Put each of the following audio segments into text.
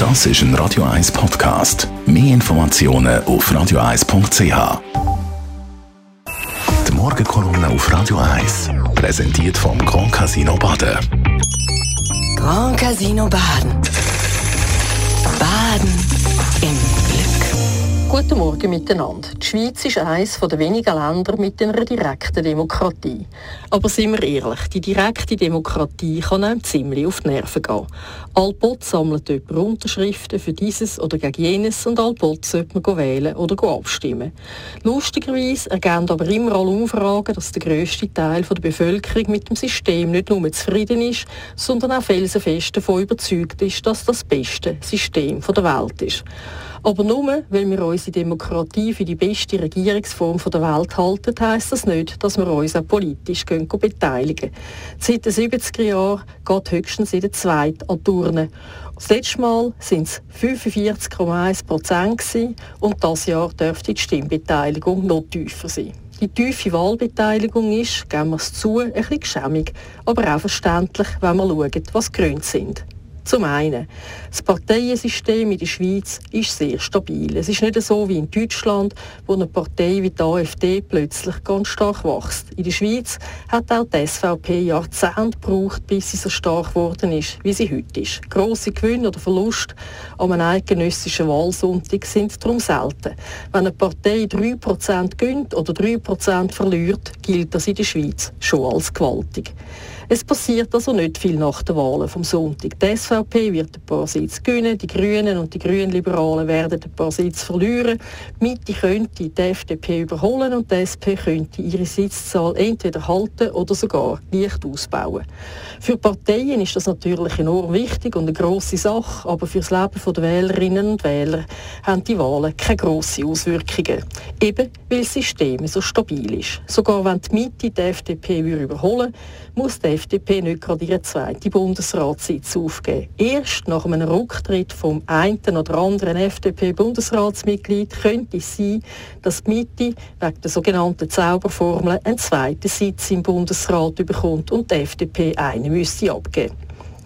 Das ist ein Radio 1 Podcast. Mehr Informationen auf radio1.ch. Die Morgenkolumne auf Radio 1 präsentiert vom Grand Casino Baden. Grand Casino Baden. Baden im Glück. Guten Morgen miteinander. Die Schweiz ist eines der wenigen Länder mit einer direkten Demokratie. Aber sind wir ehrlich, die direkte Demokratie kann einem ziemlich auf die Nerven gehen. Allbot sammelt jemand Unterschriften für dieses oder gegen jenes und allbot sollte man wählen oder abstimmen. Lustigerweise ergeben aber immer alle Umfragen, dass der grösste Teil der Bevölkerung mit dem System nicht nur zufrieden ist, sondern auch felsenfest davon überzeugt ist, dass das beste System der Welt ist. Aber nur, weil wir unsere Demokratie für die beste Regierungsform der Welt halten, heisst das nicht, dass wir uns auch politisch beteiligen können. Seit den 70er Jahren geht höchstens jeder Zweite an die Urne. Das letzte Mal waren es 45,1% und dieses Jahr dürfte die Stimmbeteiligung noch tiefer sein. Die tiefe Wahlbeteiligung ist, geben wir es zu, ein bisschen geschämig, aber auch verständlich, wenn wir schauen, was die Gründe sind. Zum einen, das Parteiensystem in der Schweiz ist sehr stabil. Es ist nicht so wie in Deutschland, wo eine Partei wie die AfD plötzlich ganz stark wächst. In der Schweiz hat auch die SVP Jahrzehnte gebraucht, bis sie so stark geworden ist, wie sie heute ist. Grosse Gewinne oder Verluste an einem eidgenössischen Wahlsonntag sind darum selten. Wenn eine Partei 3% gewinnt oder 3% verliert, gilt das in der Schweiz schon als gewaltig. Es passiert also nicht viel nach den Wahlen vom Sonntag. Die SVP wird ein paar Sitze gewinnen, die Grünen und die Grünliberalen werden ein paar Sitze verlieren. Die Mitte könnte die FDP überholen und die SP könnte ihre Sitzzahl entweder halten oder sogar leicht ausbauen. Für Parteien ist das natürlich enorm wichtig und eine grosse Sache, aber für das Leben der Wählerinnen und Wähler haben die Wahlen keine grossen Auswirkungen. Eben weil das System so stabil ist. Sogar wenn die Mitte die FDP überholen würde, muss die FDP nicht gerade ihren zweiten Bundesratssitz aufgeben. Erst nach einem Rücktritt vom einen oder anderen FDP-Bundesratsmitglied könnte es sein, dass die Mitte wegen der sogenannten Zauberformel einen zweiten Sitz im Bundesrat bekommt und die FDP einen müsste abgeben.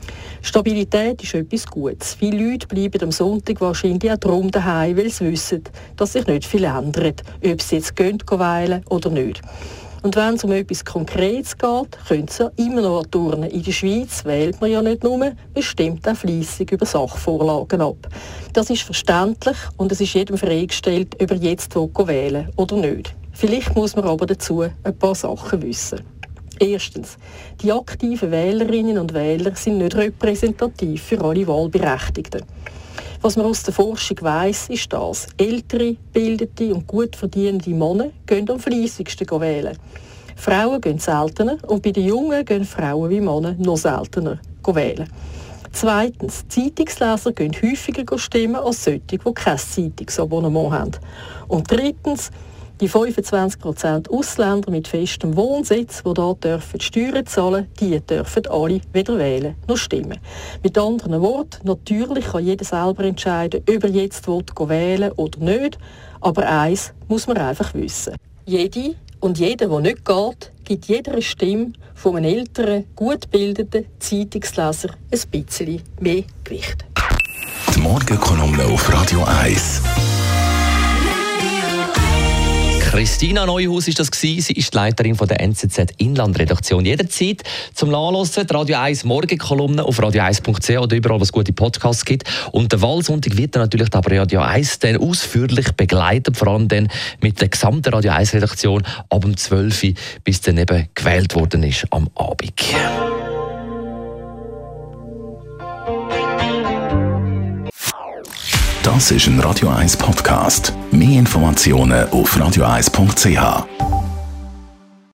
Stabilität ist etwas Gutes. Viele Leute bleiben am Sonntag wahrscheinlich auch darum daheim, weil sie wissen, dass sich nicht viel ändert, ob sie jetzt wählen oder nicht. Und wenn es um etwas Konkretes geht, können sie ja immer noch an die Urne. In der Schweiz wählt man ja nicht nur, man stimmt auch fleissig über Sachvorlagen ab. Das ist verständlich und es ist jedem freigestellt, ob er jetzt wählen oder nicht. Vielleicht muss man aber dazu ein paar Sachen wissen. Erstens, die aktiven Wählerinnen und Wähler sind nicht repräsentativ für alle Wahlberechtigten. Was man aus der Forschung weiss, ist das: ältere, bildete und gut verdienende Männer gehen am fleissigsten wählen. Frauen gehen seltener und bei den Jungen gehen Frauen wie Männer noch seltener wählen. Zweitens, Zeitungsleser gehen häufiger stimmen als solche, die kein Zeitungsabonnement haben. Und drittens, die 25% Ausländer mit festem Wohnsitz, die hier dürfen Steuern zahlen, die dürfen alle weder wählen noch stimmen. Mit anderen Worten, natürlich kann jeder selber entscheiden, ob er jetzt wählen oder nicht, aber eins muss man einfach wissen: Jede und jeder, der nicht geht, gibt jeder Stimme von einem älteren, gut gebildeten Zeitungsleser ein bisschen mehr Gewicht. Die Morgenkolumne auf Radio 1. Christina Neuhaus war das. Sie ist die Leiterin der NZZ Inlandredaktion. Jederzeit zum Nachhören, die Radio 1 Morgenkolumne auf radio1.ch oder überall, wo es gute Podcasts gibt. Und der Wahlsonntag wird dann natürlich bei Radio 1 dann ausführlich begleitet, vor allem dann mit der gesamten Radio 1 Redaktion ab um 12 Uhr, bis dann eben gewählt worden ist am Abend. Das ist ein Radio 1 Podcast. Mehr Informationen auf radio1.ch.